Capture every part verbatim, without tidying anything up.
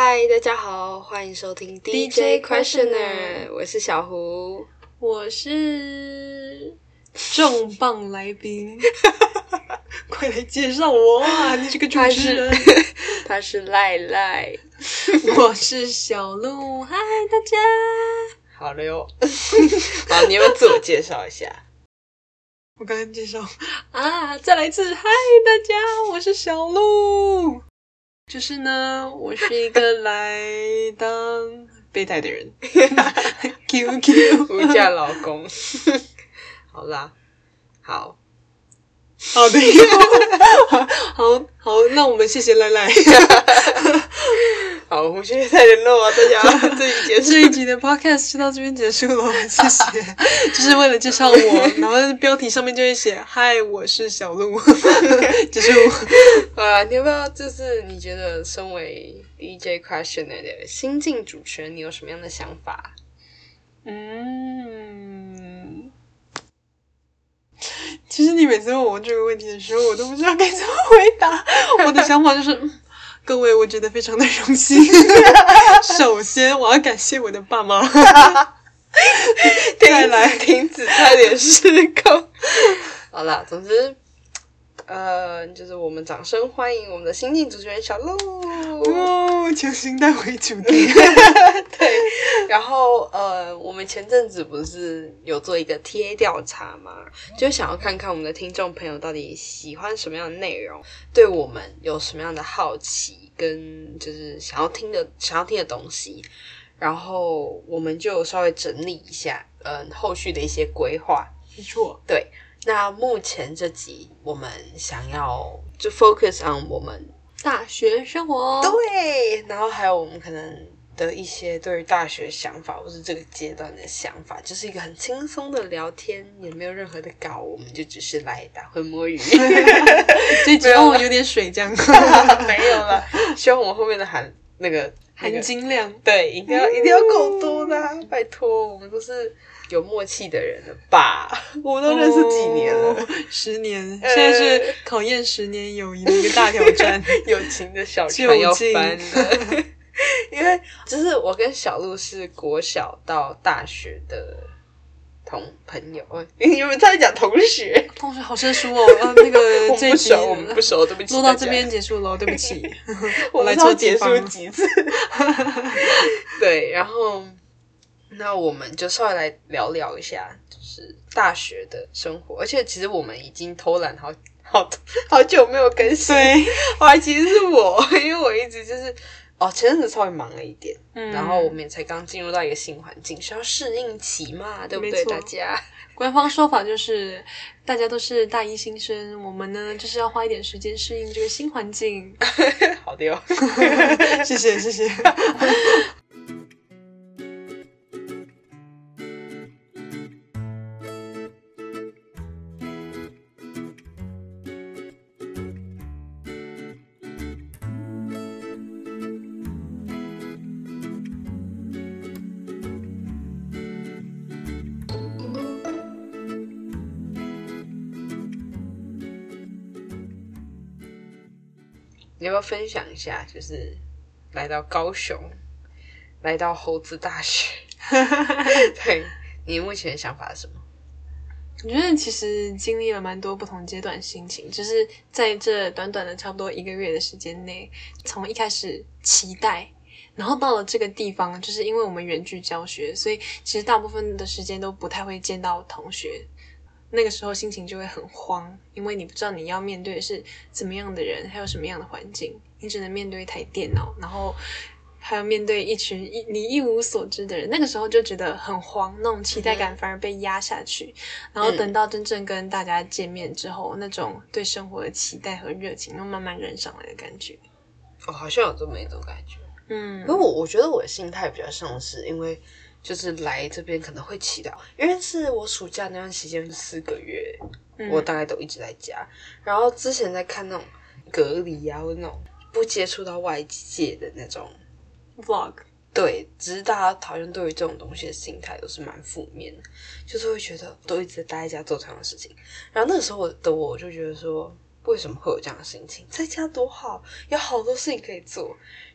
嗨，大家好，欢迎收听 D J Questioner， 我是小胡， 我是重磅来宾，快来介绍我啊！你是个主持人， 他是赖赖， 我是小鹿，嗨，大家， 好了哟，好，你有没有自我介绍一下？ 我刚刚介绍啊，再来一次，嗨，大家，我是小鹿。就是呢，我是一个来当备胎的人，Q Q 无价老公。好啦，好， 好的，好好，那我们谢谢赖赖。 好，我们谢谢再联络啊，大家这一结束这一集的 podcast 就到这边结束了，谢谢。就是为了介绍我，然后标题上面就会写“嗨，我是小鹿”，就是我。 啊，你要不要就是你觉得身为 D J Questioner 的新晋主持人，你有什么样的想法？ 嗯，其实你每次问我这个问题的时候，我都不知道该怎么回答。我的想法就是。各位，我觉得非常的荣幸。首先，我要感谢我的爸妈。 再来，停止差点失控。好啦，总之，呃，就是我们掌声欢迎我们的新晋主持人小鹿。 哦，强行带回主题。 对，然后呃，我们前阵子不是有做一个 T A 调查嘛，就想要看看我们的听众朋友到底喜欢什么样的内容，对我们有什么样的好奇，跟就是想要听的想要听的东西，然后我们就稍微整理一下，嗯、呃，后续的一些规划。 没错， 对。那目前这集我们想要就 focus on 我们大学生活， 对，然后还有我们可能的一些对于大学想法，或是这个阶段的想法，就是一个很轻松的聊天，也没有任何的稿，我们就只是来打混摸鱼。 这集哦有点水这样， 没有啦，希望我们后面的含那个含金量， 对，一定要一定要够多的、啊，拜托，我们都是有默契的人了吧？我们都认识几年了， 哦、十年，现在是考验十年友谊的一个大挑战， 友情的小船要翻了。因为就是我跟小鹿是国小到大学的同朋友，你们在讲同学？ 同学好生疏哦，呃，那个我们不熟，我们不熟，对不起。 录到这边结束了，对不起， 我来做结束几次。对，然后那我们就稍微来聊聊一下，就是大学的生活，而且其实我们已经偷懒好好好久没有更新， 对， 我还其实是我，因为我一直就是。哦，前阵子稍微忙了一点，嗯，然后我们也才刚进入到一个新环境，需要适应期嘛，对不对？大家官方说法就是大家都是大一新生，我们呢就是要花一点时间适应这个新环境。 好的哟， 谢谢谢谢。 你要不要分享一下，就是来到高雄，来到猴子大学，对你目前的想法是什么？ 我觉得其实经历了蛮多不同阶段心情，就是在这短短的差不多一个月的时间内，从一开始期待，然后到了这个地方，就是因为我们远距教学，所以其实大部分的时间都不太会见到同学。那个时候心情就会很慌，因为你不知道你要面对的是怎么样的人，还有什么样的环境，你只能面对一台电脑，然后还有面对一群一你一无所知的人，那个时候就觉得很慌，那种期待感反而被压下去，嗯、然后等到真正跟大家见面之后，那种对生活的期待和热情又慢慢燃上来的感觉。 哦，好像有这么一种感觉。嗯，可我我觉得我的心态比较像是因为。就是来这边可能会祈祷，因为是我暑假那段时间四个月，嗯、我大概都一直在家。然后之前在看那种隔离啊，或那种不接触到外界的那种 vlog， 对，只是大家好像对于这种东西的心态都是蛮负面的，就是会觉得都一直待在家做同样的事情。然后那个时候的我就觉得说，为什么会有这样的心情？在家多好，有好多事情可以做。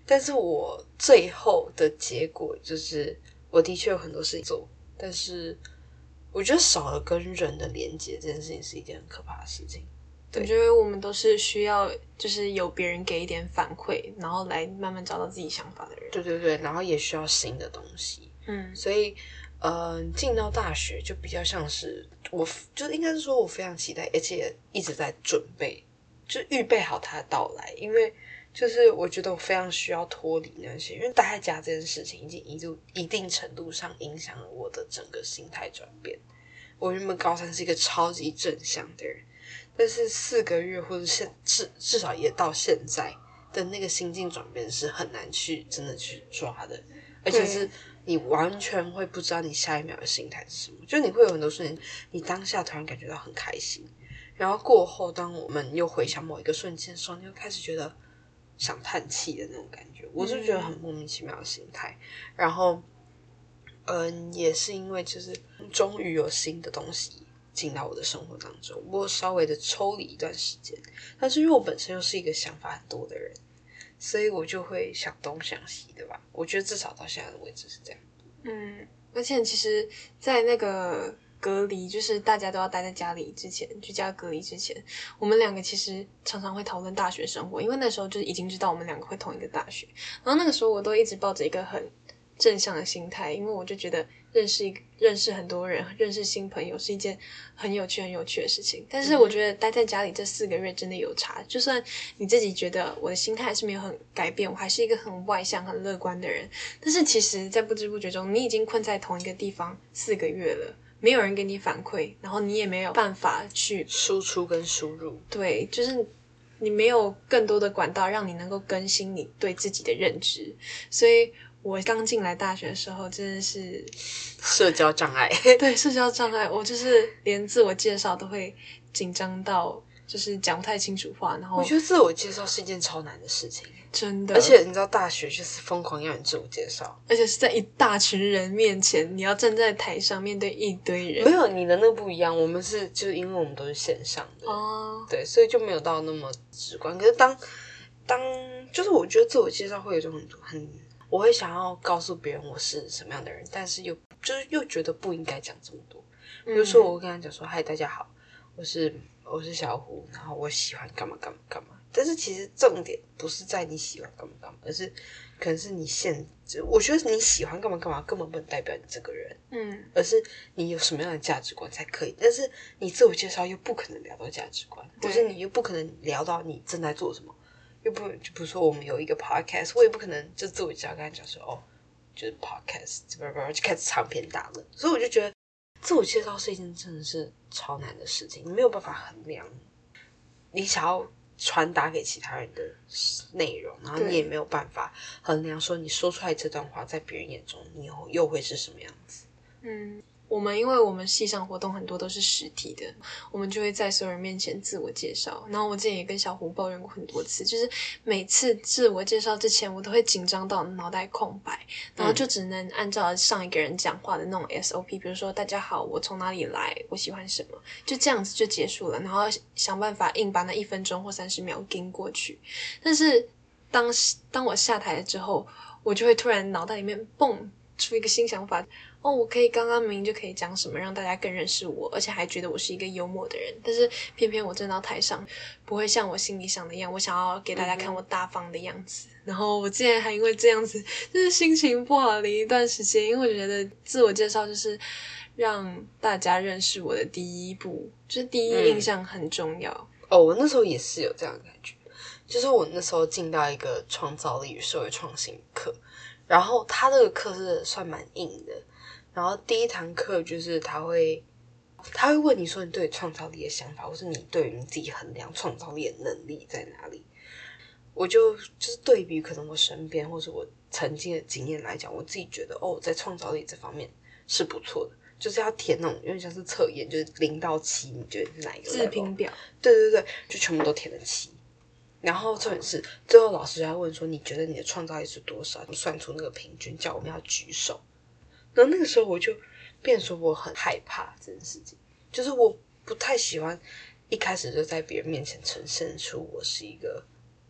但是我最后的结果就是，我的确有很多事情做，但是我觉得少了跟人的连接，这件事情是一件很可怕的事情。 我觉得我们都是需要，就是有别人给一点反馈，然后来慢慢找到自己想法的人。 对对对，然后也需要新的东西。 嗯， 所以，呃，进到大学就比较像是我，就应该是说我非常期待，而且一直在准备，就预备好它的到来。因为就是我觉得我非常需要脱离那些，因为待在家这件事情已经一度一定程度上影响了我的整个心态转变。我原本高三是一个超级正向的人。但是四个月或者现至至少也到现在的那个心境转变是很难去真的去抓的，而且是你完全会不知道你下一秒的心态是什么。就你会有很多瞬间，你当下突然感觉到很开心，然后过后当我们又回想某一个瞬间的时候，你会开始觉得想叹气的那种感觉。我就觉得很莫名其妙的心态。然后，嗯，也是因为就是终于有新的东西进到我的生活当中，我稍微的抽离一段时间，但是因为我本身又是一个想法很多的人，所以我就会想东想西的吧。我觉得至少到现在的为止是这样。 嗯，而且其实在那个隔离，就是大家都要待在家里之前，居家隔离之前，我们两个其实常常会讨论大学生活，因为那时候就已经知道我们两个会同一个大学，然后那个时候我都一直抱着一个很正向的心态，因为我就觉得认识一个认识很多人，认识新朋友是一件很有趣很有趣的事情。但是我觉得待在家里这四个月真的有差，就算你自己觉得我的心态是没有很改变，我还是一个很外向很乐观的人，但是其实在不知不觉中你已经困在同一个地方四个月了，没有人给你反馈，然后你也没有办法去输出跟输入。 对，就是你没有更多的管道让你能够更新你对自己的认知，所以我刚进来大学的时候真的是社交障碍。 对，社交障碍，我就是连自我介绍都会紧张到就是讲不太清楚话，然后我觉得自我介绍是一件超难的事情， 真的， 而且你知道大学就是疯狂要你自我介绍， 而且是在一大群人面前，你要站在台上面对一堆人。 没有你的那个不一样，我们是就是因为我们都是线上的哦， 对，所以就没有到那么直观。可是当当就是我觉得自我介绍会有一种很很，我会想要告诉别人我是什么样的人，但是又就是又觉得不应该讲这么多。比如说我跟他讲说，嗨，大家好，我是我是小胡，然后我喜欢干嘛干嘛干嘛。但是其实重点不是在你喜欢干嘛干嘛，而是可能是你现，我觉得你喜欢干嘛干嘛根本不能代表你这个人， 嗯， 而是你有什么样的价值观才可以。但是你自我介绍又不可能聊到价值观，或是你又不可能聊到你正在做什么，又不就比如说我们有一个 podcast， 我也不可能就自我介绍跟他讲说哦，就是 podcast， 就开始长篇大论。所以我就觉得自我介绍是一件真的是超难的事情，你没有办法衡量你想要传达给其他人的内容，然后你也没有办法衡量说你说出来这段话在别人眼中你又又会是什么样子。 嗯，我们因为我们系上活动很多都是实体的，我们就会在所有人面前自我介绍。然后我之前也跟小胡抱怨过很多次，就是每次自我介绍之前，我都会紧张到脑袋空白，然后就只能按照上一个人讲话的那种 S O P， 比如说大家好，我从哪里来，我喜欢什么，就这样子就结束了，然后想办法硬把那一分钟或三十秒跟过去。但是当当我下台了之后，我就会突然脑袋里面蹦出一个新想法。哦，我可以刚刚明明就可以讲什么让大家更认识我，而且还觉得我是一个幽默的人，但是偏偏我站到台上不会像我心里想的一样，我想要给大家看我大方的样子、嗯、然后我之前还因为这样子就是心情不好的一段时间，因为我觉得自我介绍就是让大家认识我的第一步，就是第一印象很重要、 嗯、哦，我那时候也是有这样的感觉，就是我那时候进到一个创造力与社会创新课，然后他这个课是算蛮硬的，然后第一堂课就是他会他会问你说你对创造力的想法，或是你对于你自己衡量创造力的能力在哪里。我就就是对比可能我身边或是我曾经的经验来讲，我自己觉得哦，在创造力这方面是不错的，就是要填那种有点像是测验，就是零到七你觉得是哪一个 level？ 自评表， 对对对，就全部都填了七。然后重点是最后老师要问说你觉得你的创造力是多少，你算出那个平均，叫我们要举手。然后那个时候我就变成说我很害怕这件事情，就是我不太喜欢一开始就在别人面前呈现出我是一个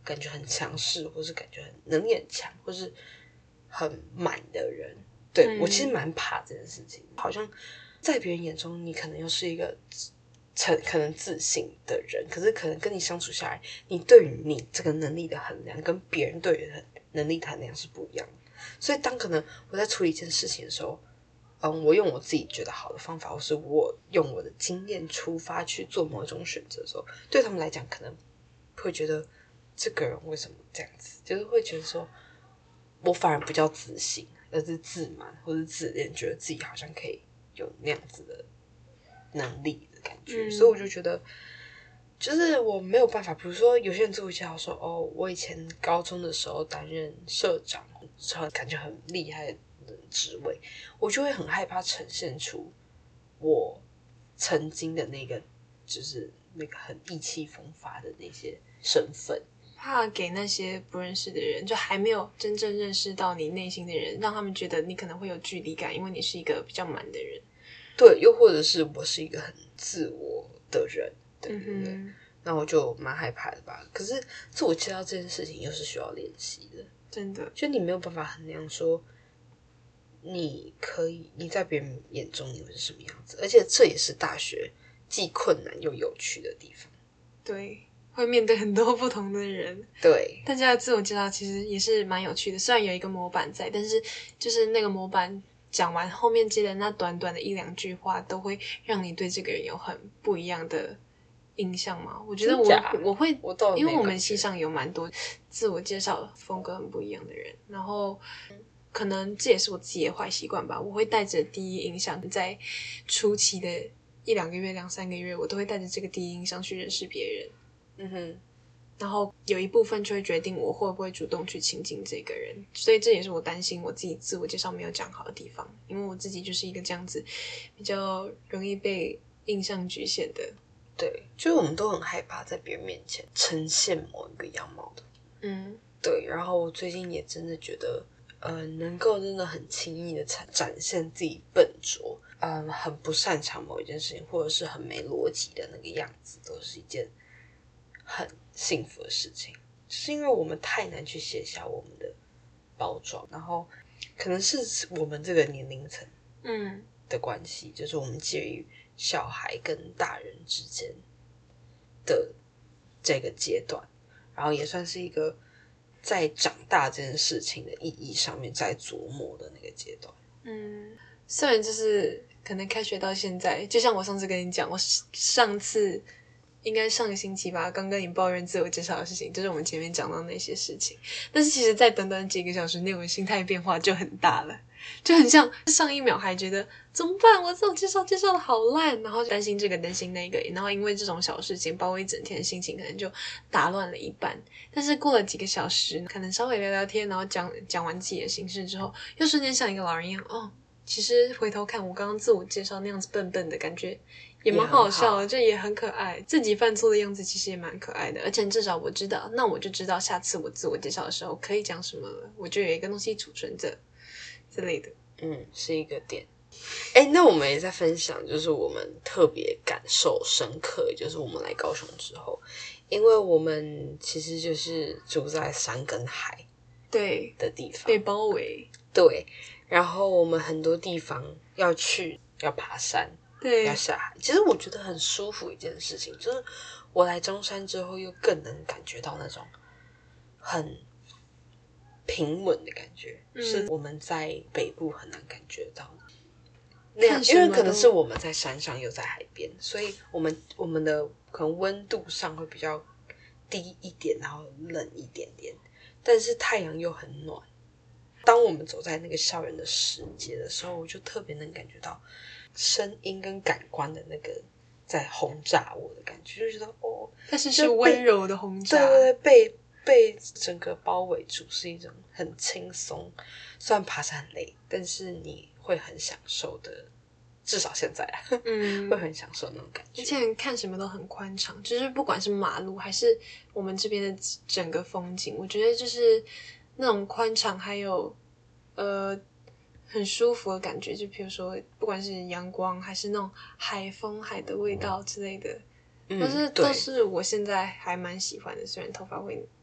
感觉很强势，或是感觉很能力很强，或是很满的人。对、嗯、我其实蛮怕这件事情，好像在别人眼中你可能又是一个成可能自信的人，可是可能跟你相处下来，你对于你这个能力的衡量跟别人对于能力的衡量是不一样的。所以当可能我在处理一件事情的时候，嗯，我用我自己觉得好的方法，或是我用我的经验出发去做某一种选择的时候，对他们来讲可能会觉得这个人为什么这样子，就是会觉得说我反而不叫自信，而是自满或是自恋，觉得自己好像可以有那样子的能力的感觉、嗯、所以我就觉得就是我没有办法，比如说有些人自我介绍说哦，我以前高中的时候担任社长，感觉很厉害的职位，我就会很害怕呈现出我曾经的那个就是那个很意气风发的那些身份， 怕给那些不认识的人，就还没有真正认识到你内心的人，让他们觉得你可能会有距离感，因为你是一个比较满的人。 对，又或者是我是一个很自我的人，对不对？嗯、那我就蛮害怕的吧。可是自我介绍这件事情又是需要练习的， 真的， 就你没有办法衡量说你可以你在别人眼中你会是什么样子，而且这也是大学既困难又有趣的地方。 对，会面对很多不同的人。 对， 大家的自我介绍其实也是蛮有趣的，虽然有一个模板在，但是就是那个模板讲完后面接的那短短的一两句话，都会让你对这个人有很不一样的印象嘛。我觉得我我会我到因为我们系上有蛮多自我介绍风格很不一样的人，然后可能这也是我自己的坏习惯吧，我会带着第一印象，在初期的一两个月两三个月，我都会带着这个第一印象去认识别人。 嗯哼， 然后有一部分就会决定我会不会主动去亲近这个人，所以这也是我担心我自己自我介绍没有讲好的地方，因为我自己就是一个这样子比较容易被印象局限的。 对，就是我们都很害怕在别人面前呈现某一个样貌的。 嗯， 对，然后我最近也真的觉得呃，能够真的很轻易的展现自己笨拙嗯、呃，很不擅长某一件事情，或者是很没逻辑的那个样子，都是一件很幸福的事情，就是因为我们太难去卸下我们的包装，然后可能是我们这个年龄层嗯的关系、嗯、就是我们介于小孩跟大人之间的这个阶段，然后也算是一个在长大这件事情的意义上面在琢磨的那个阶段。 嗯，虽然就是可能开学到现在，就像我上次跟你讲，我上次应该上个星期吧，刚跟你抱怨自我介绍的事情，就是我们前面讲到那些事情。但是其实在短短几个小时内，我心态变化就很大了，就很像上一秒还觉得怎么办，我自我介绍介绍的好烂，然后担心这个担心那个，然后因为这种小事情把我一整天的心情可能就打乱了一半。但是过了几个小时，可能稍微聊聊天，然后讲讲完自己的心事之后，又瞬间像一个老人一样，哦，其实回头看我刚刚自我介绍那样子笨笨的感觉也蛮好笑的，这也很可爱，自己犯错的样子其实也蛮可爱的，而且至少我知道，那我就知道下次我自我介绍的时候可以讲什么了，我就有一个东西储存着之类的。 嗯，是一个点。诶，那我们也在分享就是我们特别感受深刻，就是我们来高雄之后，因为我们其实就是住在山跟海对的地方， 被包围， 对，然后我们很多地方要去，要爬山， 对， 要下海，其实我觉得很舒服一件事情，就是我来中山之后又更能感觉到那种很平稳的感觉、嗯、是我们在北部很难感觉到的那样，因为可能是我们在山上又在海边，所以我们我们的可能温度上会比较低一点，然后冷一点点，但是太阳又很暖。当我们走在那个校园的石阶的时候，我就特别能感觉到声音跟感官的那个在轰炸我的感觉，就觉得哦， 但是是温柔的轰炸， 对对对，被被整个包围住，是一种很轻松，虽然爬山很累，但是你会很享受的，至少现在啊，嗯，会很享受那种感觉。 而且看什么都很宽敞，就是不管是马路还是我们这边的整个风景，我觉得就是那种宽敞，还有呃很舒服的感觉。就比如说，不管是阳光还是那种海风、海的味道之类的，嗯、但是都是我现在还蛮喜欢的。虽然头发会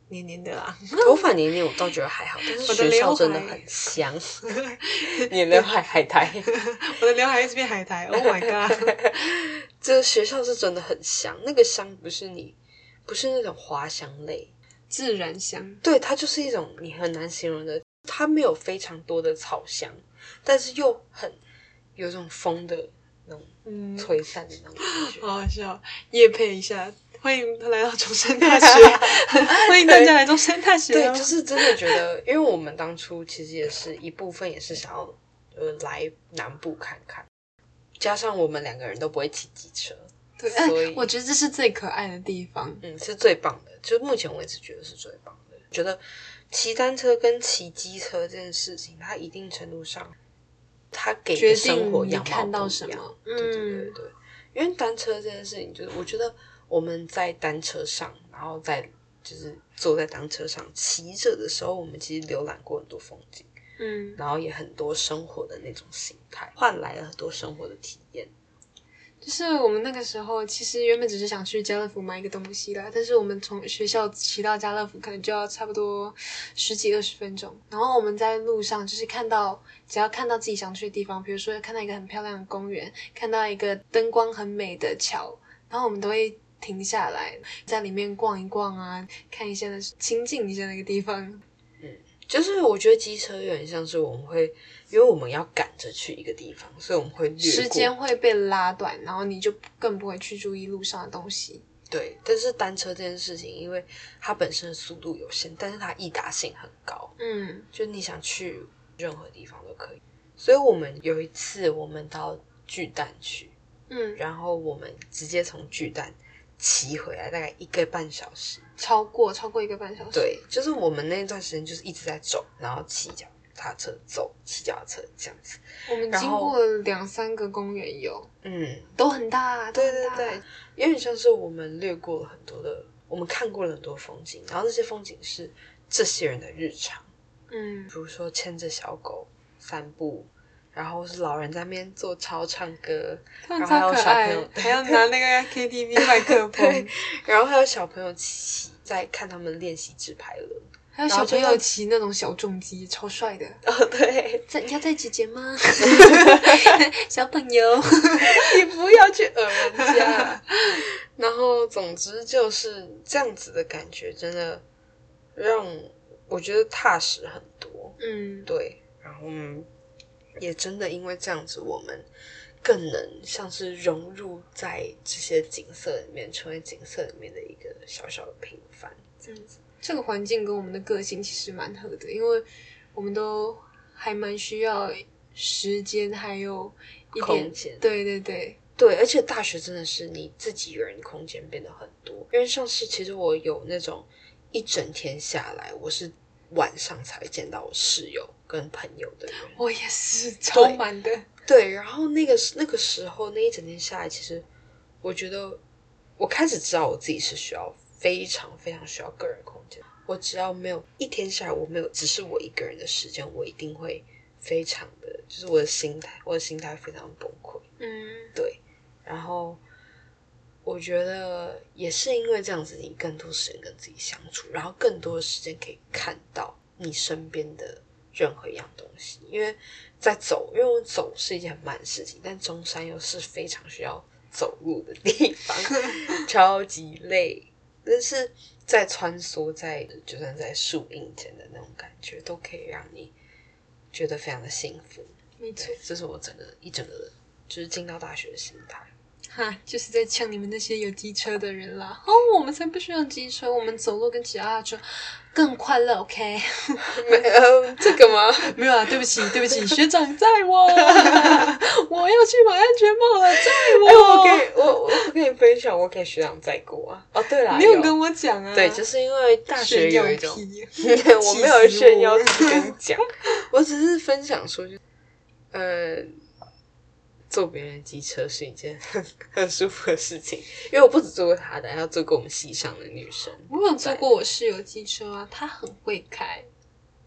黏黏的啦。 头发黏黏我倒觉得还好，但是学校真的很香。你的刘海海苔， 我的刘海一直变海苔 ，Oh my god！ 这学校是真的很香，那个香不是你不是那种花香类， 自然香。 对，它就是一种你很难形容的，它没有非常多的草香，但是又很有种风的那种吹散的那种感觉。 嗯、好好笑，业配一下。欢迎他来到中山大学，欢迎大家来中山大学、 哦。对，就是真的觉得，因为我们当初其实也是一部分，也是想要呃来南部看看，加上我们两个人都不会骑机车， 对，所以我觉得这是最可爱的地方， 嗯，是最棒的，就目前为止觉得是最棒的。觉得骑单车跟骑机车这件事情，它一定程度上，它给的生活样貌不一样。 嗯， 对对对对，因为单车这件事情，就是我觉得。我们在单车上，然后在就是坐在单车上骑着的时候，我们其实浏览过很多风景， 嗯， 然后也很多生活的那种心态，换来了很多生活的体验。 就是我们那个时候，其实原本只是想去家乐福买一个东西啦，但是我们从学校骑到家乐福，可能就要差不多十几二十分钟。然后我们在路上，就是看到只要看到自己想去的地方，比如说看到一个很漂亮的公园，看到一个灯光很美的桥，然后我们都会停下来在里面逛一逛啊，看一下的亲近一下那个地方。 嗯，就是我觉得机车有点像是我们会，因为我们要赶着去一个地方，所以我们会略过， 时间会被拉短，然后你就更不会去注意路上的东西。 对，但是单车这件事情，因为它本身的速度有限，但是它易达性很高， 嗯， 就你想去任何地方都可以。所以我们有一次我们到巨蛋去， 嗯， 然后我们直接从巨蛋骑回来大概一个半小时， 超过超过一个半小时。 对，就是我们那段时间就是一直在走，然后骑脚踏车走，骑脚踏车这样子。 我们经过了两三个公园有， 嗯， 都很大， 对对对，有点像是我们略过了很多的，我们看过了很多风景，然后那些风景是这些人的日常， 嗯， 比如说牵着小狗散步。然后是老人在那边做操唱歌， 然后还有小朋友还要拿那个 K T V 麦克风， 然后还有小朋友骑在看他们练习直排轮， 还有小朋友骑那种小重机，超帅的。 哦，对， 在要载姐姐吗？小朋友， 你不要去讹人家。然后总之就是这样子的感觉，真的让我觉得踏实很多。 嗯， 对，然后。也真的因为这样子，我们更能像是融入在这些景色里面，成为景色里面的一个小小的平凡。这样子， 这个环境跟我们的个性其实蛮合的，因为我们都还蛮需要时间，还有一点空间。 对对对对，而且大学真的是你自己一个人空间变得很多，因为像是其实我有那种一整天下来，我是晚上才见到我室友跟朋友的人。 我也是超满的。 对，然后那个那个时候那一整天下来，其实我觉得我开始知道我自己是需要非常非常需要个人空间。我只要没有一天下来，我没有只是我一个人的时间，我一定会非常的，就是我的心态，我的心态非常崩溃。 嗯， 对。然后我觉得也是因为这样子，你更多时间跟自己相处，然后更多的时间可以看到你身边的任何一样东西。因为在走，因为我走是一件很慢的事情，但中山又是非常需要走路的地方，超级累。但是在穿梭在就算在树荫间的那种感觉，都可以让你觉得非常的幸福。 没错， 这是我整个一整个就是进到大学的心态。 哈，就是在呛你们那些有机车的人啦。哦，我们才不需要机车，我们走路跟骑脚踏车更快乐。OK， 没有这个吗？ 没有啊，对不起，对不起，学长载我，我要去买安全帽了，载我。 欸、我可以，我我跟你分享，我给学长载过啊。哦，对了， 你有跟我讲啊？ 对，就是因为大学有一种， 我没有炫耀去跟你讲，我只是分享说，就呃。坐别人的机车是一件很很舒服的事情，因为我不只坐过他的，还要坐过我们系上的女生。 我有坐过我室友机车啊，她很会开。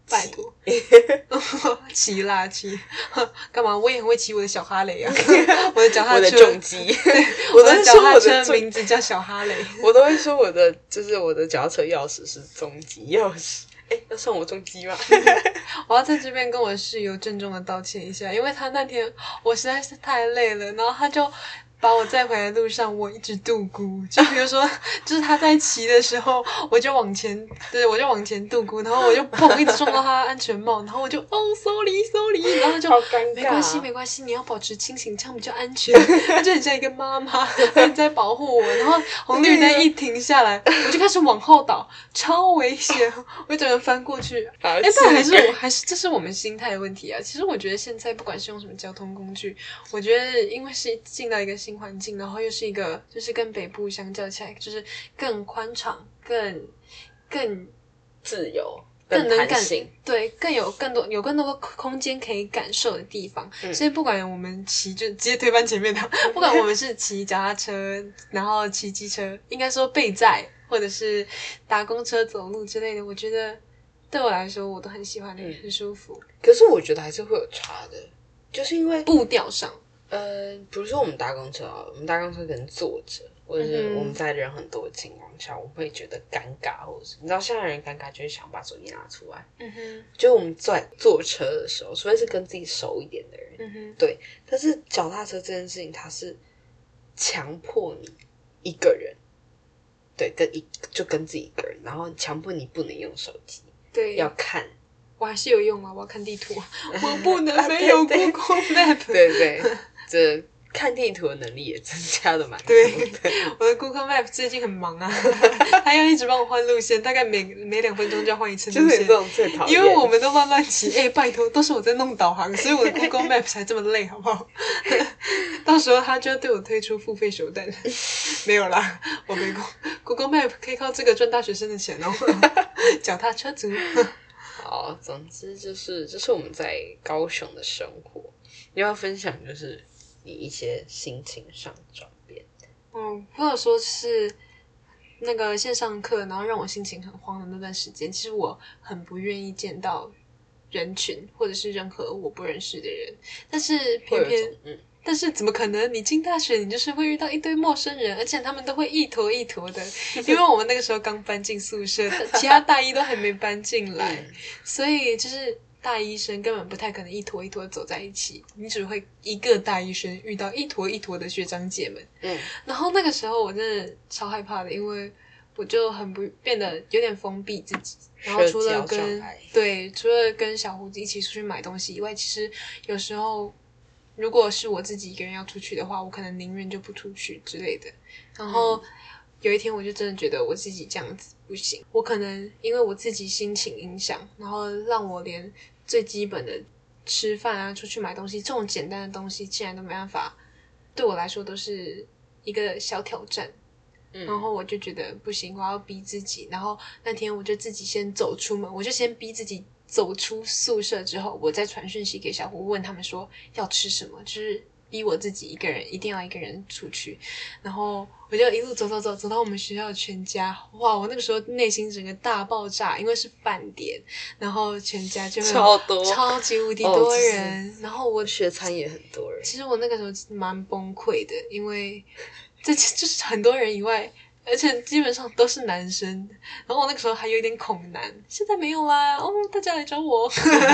拜托，骑啦骑，干嘛？我也很会骑我的小哈雷啊，我的脚踏车， 我的重机， 我的脚踏车名字叫小哈雷， 我都会说我的就是我的脚踏车钥匙是重机钥匙。哎，要送我重机吗？ 我要在这边跟我室友郑重的道歉一下，因为他那天我实在是太累了，然后他就把我载回来的路上，我一直度孤，就比如说，就是他在骑的时候，我就往前，对，我就往前度孤，然后我就砰一直撞到他的安全帽，然后我就哦 sorry sorry， 然后就好尴尬， 没关系没关系，你要保持清醒，这样比较安全。他就很像一个妈妈，很在保护我。然后红绿灯一停下来，我就开始往后倒，超危险，我就整个翻过去。哎，但还是我还是这是我们心态的问题啊。其实我觉得现在不管是用什么交通工具，我觉得因为是进到一个新环境，然后又是一个就是跟北部相较起来，就是更宽敞、更更自由、 更能感性， 对，更有更多有更多空间可以感受的地方。嗯、所以不管我们骑就直接推翻前面的，不管我们是骑脚踏车，然后骑机车，应该说备载，或者是搭公车、走路之类的，我觉得对我来说我都很喜欢的，嗯、很舒服。 可是我觉得还是会有差的，就是因为步调上。 呃，比如说我们搭公车啊，我们搭公车可能坐着，或者是我们在人很多的情况下，我们会觉得尴尬，或者是你知道现在人尴尬就会想把手机拿出来。嗯哼，就我们在坐车的时候，除非是跟自己熟一点的人，嗯哼，对。但是脚踏车这件事情，它是强迫你一个人，对，跟一就跟自己一个人，然后强迫你不能用手机， 对， 要看。 我还是有用啊，我要看地图，我不能没有 Google Map。 对对。这看地图的能力也增加的蛮多的。对，我的 Google Map 最近很忙啊，他要一直帮我换路线，大概每每两分钟就要换一次路线。 就是你这种最讨厌， 因为我们都乱乱骑，哎、欸，拜托，都是我在弄导航，所以我的 Google Map 才这么累，好不好？到时候他就要对我推出付费手段。没有啦，我没过 Google Map 可以靠这个赚大学生的钱哦，脚踏车族。 好，总之就是这、就是我们在高雄的生活。你要分享就是你一些心情上的转变， 嗯，或者说是那个线上课，然后让我心情很慌的那段时间，其实我很不愿意见到人群，或者是任何我不认识的人，但是偏偏，嗯，但是怎么可能？你进大学，你就是会遇到一堆陌生人，而且他们都会一坨一坨的，因为我们那个时候刚搬进宿舍，其他大一都还没搬进来，嗯、所以就是大一生根本不太可能一坨一坨走在一起，你只会一个大一生遇到一坨一坨的学长姐们。嗯，然后那个时候我真的超害怕的，因为我就很不变得有点封闭自己，然后除了跟对除了跟小胡子一起出去买东西以外，其实有时候如果是我自己一个人要出去的话，我可能宁愿就不出去之类的。然后、嗯、有一天我就真的觉得我自己这样子不行，我可能因为我自己心情影响，然后让我连最基本的吃饭啊、出去买东西这种简单的东西竟然都没办法，对我来说都是一个小挑战。嗯、然后我就觉得不行，我要逼自己。然后那天我就自己先走出门，我就先逼自己走出宿舍之后，我再传讯息给小胡，问他们说要吃什么，就是逼我自己一个人一定要一个人出去。然后我就一路走走走走到我们学校的全家，哇！我那个时候内心整个大爆炸，因为是饭点，然后全家就超多超级无敌多人， 哦、 然后我学餐也很多人。 其实我那个时候蛮崩溃的，因为这就是很多人以外，而且基本上都是男生，然后我那个时候还有点恐男，现在没有啦，哦，大家来找我。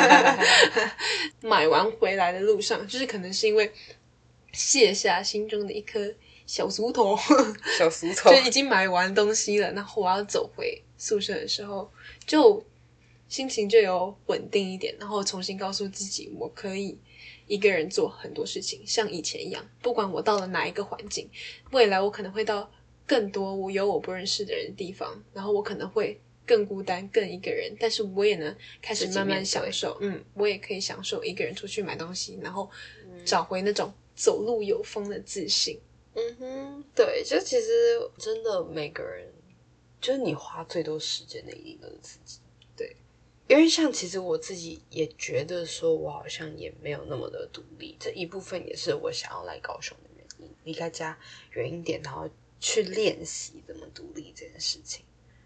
买完回来的路上，就是可能是因为卸下心中的一颗小俗头， 小俗头就已经买完东西了，然后我要走回宿舍的时候，就心情就有稳定一点，然后重新告诉自己，我可以一个人做很多事情，像以前一样，不管我到了哪一个环境，未来我可能会到更多我有我不认识的人的地方，然后我可能会更孤单更一个人，但是我也能开始慢慢享受，嗯，我也可以享受一个人出去买东西，然后找回那种走路有风的自信。 嗯哼，对，就其实真的每个人，就是你花最多时间的一定都是自己。 对， 因为像其实我自己也觉得说我好像也没有那么的独立，这一部分也是我想要来高雄的原因，离开家远一点，然后去练习怎么独立这件事情。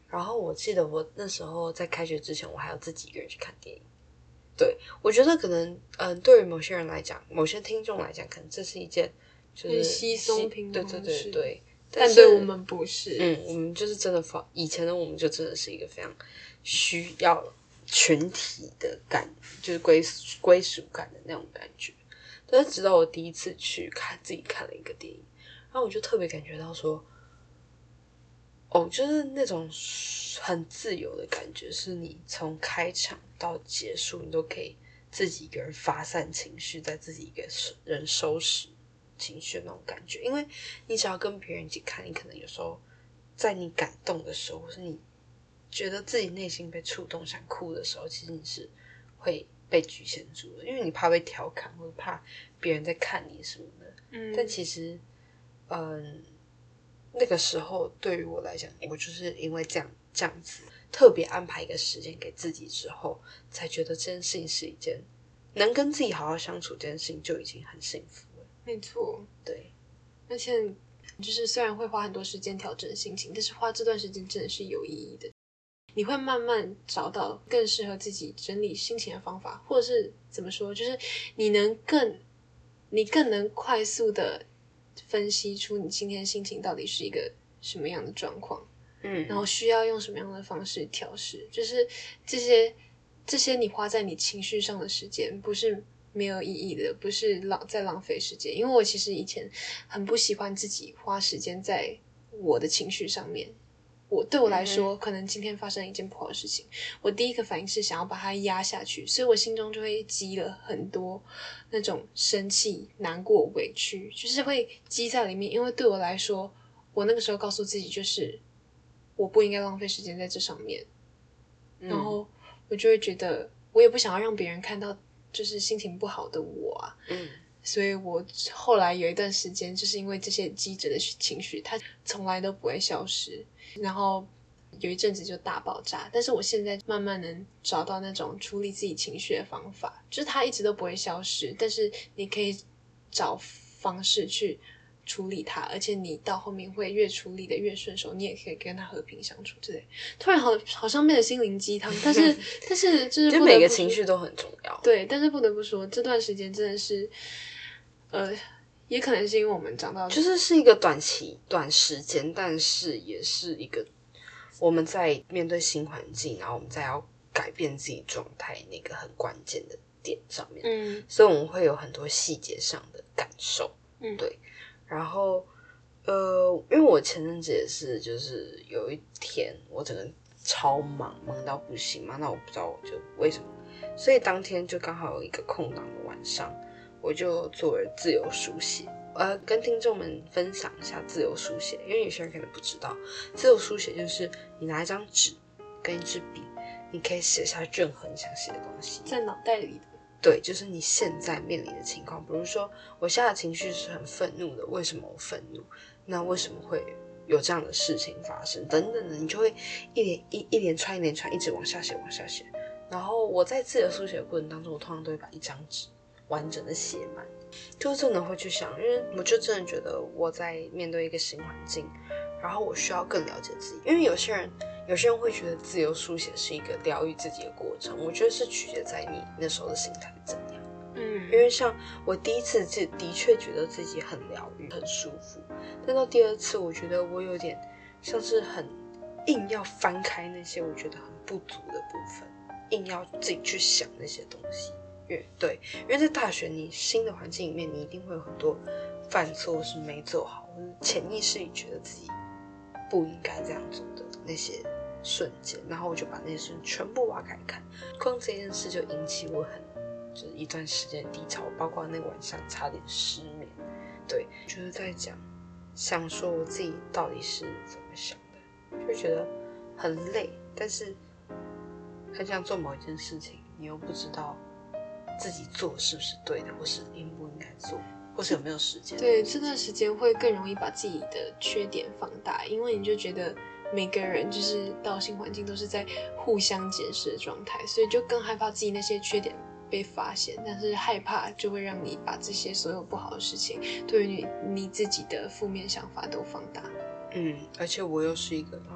然后我记得我那时候在开学之前，我还要自己一个人去看电影。对，我觉得可能，嗯、呃，对于某些人来讲，某些听众来讲，可能这是一件就是很稀松平常对的事， 对对对。 但对我们不是。 嗯，我们就是真的放以前的我们就真的是一个非常需要群体的感，就是归归属感的那种感觉。但是直到我第一次去看自己看了一个电影，然后我就特别感觉到说，哦，就是那种很自由的感觉，是你从开场到结束，你都可以自己一个人发散情绪，在自己一个人收拾情绪的那种感觉。因为你只要跟别人一起看，你可能有时候在你感动的时候，或是你觉得自己内心被触动想哭的时候，其实你是会被局限住的，因为你怕被调侃，或者怕别人在看你什么的。 嗯， 但其实，嗯，那个时候对于我来讲，我就是因为这样这样子特别安排一个时间给自己之后，才觉得这件事情是一件能跟自己好好相处这件事情就已经很幸福了。 没错， 对， 而且就是虽然会花很多时间调整心情，但是花这段时间真的是有意义的。你会慢慢找到更适合自己整理心情的方法，或者是怎么说，就是你能更你更能快速的分析出你今天心情到底是一个什么样的状况， 嗯， 然后需要用什么样的方式调试，就是这些这些你花在你情绪上的时间不是没有意义的，不是浪在浪费时间。因为我其实以前很不喜欢自己花时间在我的情绪上面。我对我来说、嗯、可能今天发生一件不好的事情，我第一个反应是想要把它压下去，所以我心中就会积了很多那种生气、难过、委屈，就是会积在里面。因为对我来说，我那个时候告诉自己就是我不应该浪费时间在这上面、嗯、然后我就会觉得我也不想要让别人看到就是心情不好的我啊， 嗯， 所以我后来有一段时间就是因为这些积着的情绪它从来都不会消失，然后有一阵子就大爆炸。但是我现在慢慢能找到那种处理自己情绪的方法，就是它一直都不会消失，但是你可以找方式去处理它，而且你到后面会越处理的越顺手，你也可以跟它和平相处之类。突然好好像变得心灵鸡汤，但是但是就是不得不说， 就每个情绪都很重要。 对，但是不得不说这段时间真的是呃也可能是因为我们长到就是是一个短期短时间，但是也是一个我们在面对新环境，然后我们再要改变自己状态那个很关键的点上面。 嗯， 所以我们会有很多细节上的感受。 嗯， 对。然后呃，因为我前阵子也是，就是有一天我整个超忙，忙到不行，忙到我不知道我就为什么，所以当天就刚好有一个空档的晚上，我就做了自由书写。呃，跟听众们分享一下自由书写，因为有些人可能不知道，自由书写就是你拿一张纸跟一支笔，你可以写下任何你想写的东西， 在脑袋里的。 对，就是你现在面临的情况。比如说我现在的情绪是很愤怒的，为什么我愤怒？那为什么会有这样的事情发生？等等的，你就会一连一一连串一连串一直往下写往下写。然后我在自己的书写的过程当中，我通常都会把一张纸完整的写满，就真的会去想，因为我就真的觉得我在面对一个新环境，然后我需要更了解自己。因为有些人有些人会觉得自由书写是一个疗愈自己的过程，我觉得是取决在你那时候的心态怎样。 嗯， 因为像我第一次就的确觉得自己很疗愈很舒服，但到第二次我觉得我有点像是很硬要翻开那些我觉得很不足的部分，硬要自己去想那些东西。对，因为在大学你新的环境里面，你一定会有很多犯错是没做好，或者潜意识里觉得自己不应该这样做的那些瞬间，然后我就把那些事全部挖开看，光这件事就引起我很就是一段时间的低潮，包括那个晚上差点失眠。对，就是在讲想说我自己到底是怎么想的，就觉得很累，但是很想做某一件事情，你又不知道自己做是不是对的，或是应不应该做，或是有没有时间。 对，这段时间会更容易把自己的缺点放大，因为你就觉得每个人就是到新环境都是在互相检视的状态，所以就更害怕自己那些缺点被发现，但是害怕就会让你把这些所有不好的事情对于你你自己的负面想法都放大。 嗯，而且我又是一个很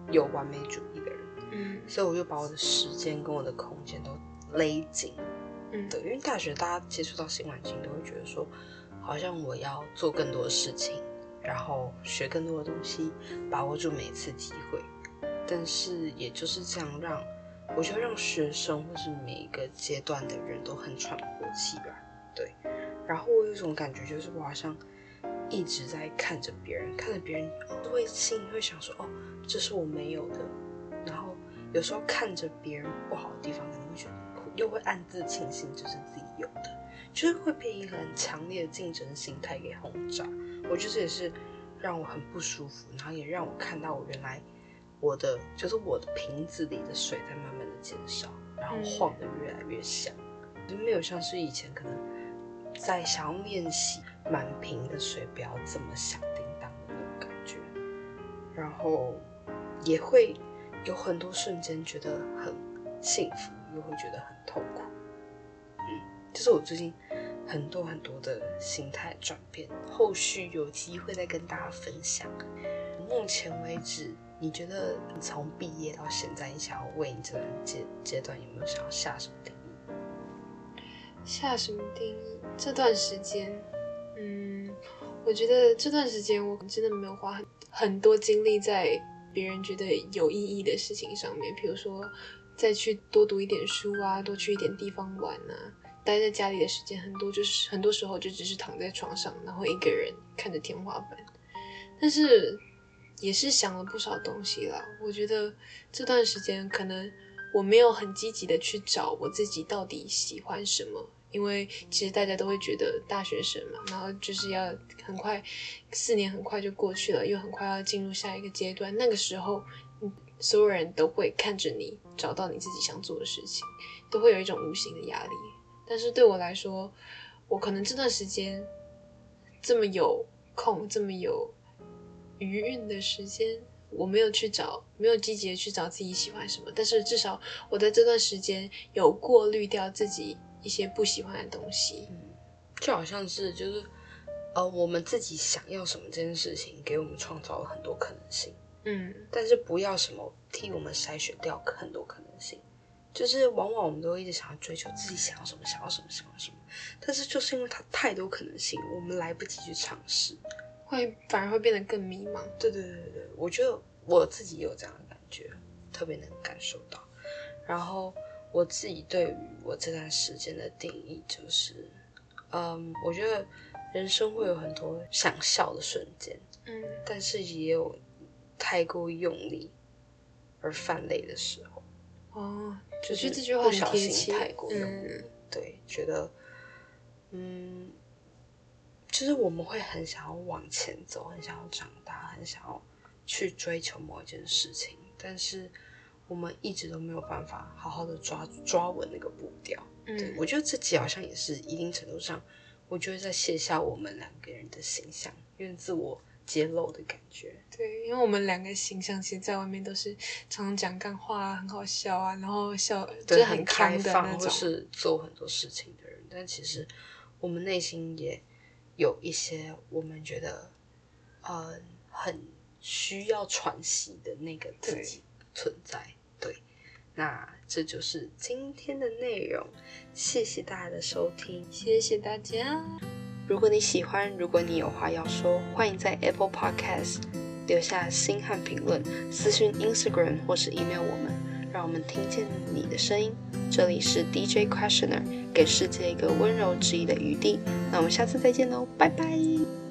有完美主义的人， 嗯， 所以我就把我的时间跟我的空间都勒紧。 嗯， 对，因为大学大家接触到新环境都会觉得说，好像我要做更多的事情，然后学更多的东西，把握住每一次机会。但是也就是这样让，我觉得让学生或是每一个阶段的人都很喘不过气来。对，然后我有一种感觉，就是我好像一直在看着别人，看着别人，就会心里会想说，哦，这是我没有的。然后有时候看着别人不好的地方，可能会觉得。又会暗自庆幸这是自己有的，就是会被一个很强烈的竞争心态给轰炸。我觉得这也是让我很不舒服，然后也让我看到我原来我的就是我的瓶子里的水在慢慢的减少，然后晃得越来越响，就没有像是以前可能在想要练习满瓶的水不要这么响叮当的那种感觉，然后也会有很多瞬间觉得很幸福。又会觉得很痛苦，嗯，这是我最近很多很多的心态转变，后续有机会再跟大家分享。目前为止，你觉得从毕业到现在，你想要为你这段阶阶段有没有想要下什么定义？ 下什么定义？这段时间，嗯，我觉得这段时间我真的没有花很很多精力在别人觉得有意义的事情上面，比如说。再去多读一点书啊，多去一点地方玩啊。待在家里的时间很多，就是很多时候就只是躺在床上，然后一个人看着天花板。但是也是想了不少东西啦。我觉得这段时间可能我没有很积极的去找我自己到底喜欢什么，因为其实大家都会觉得大学生嘛，然后就是要很快，四年很快就过去了，又很快要进入下一个阶段，那个时候。所有人都会看着你找到你自己想做的事情，都会有一种无形的压力。但是对我来说，我可能这段时间这么有空，这么有余韵的时间，我没有去找，没有积极的去找自己喜欢什么。但是至少我在这段时间有过滤掉自己一些不喜欢的东西。 嗯，就好像是就是呃，我们自己想要什么这件事情，给我们创造了很多可能性。 嗯， 但是不要什么替我们筛选掉很多可能性，就是往往我们都会一直想要追求自己想要什么，想要什么，想要什么，但是就是因为它太多可能性，我们来不及去尝试， 会反而会变得更迷茫。 对对对对，我觉得我自己有这样的感觉，特别能感受到。然后我自己对于我这段时间的定义就是，嗯，我觉得人生会有很多想笑的瞬间， 嗯， 但是也有。太过用力而泛泪的时候， 哦， 就是这句话不小很贴切， 心太过用力， 嗯， 对，觉得，嗯，就是我们会很想要往前走，很想要长大，很想要去追求某一件事情，但是我们一直都没有办法好好的抓抓稳那个步调。 嗯， 对，我觉得这集好像也是一定程度上，我觉得在卸下我们两个人的形象，有点自我。揭露的感觉， 对，因为我们两个形象其实在外面都是常常讲干话啊，很好笑啊，然后笑就是很开放，或是做很多事情的人，但其实我们内心也有一些我们觉得呃很需要喘息的那个自己存在。对，对，那这就是今天的内容，谢谢大家的收听， 谢谢大家。 如果你喜欢，如果你有话要说，欢迎在 Apple Podcast 留下星和评论，私讯 Instagram 或是 email 我们，让我们听见你的声音。这里是 D J Questioner， 给世界一个温柔质疑的余地。那我们下次再见喽，拜拜。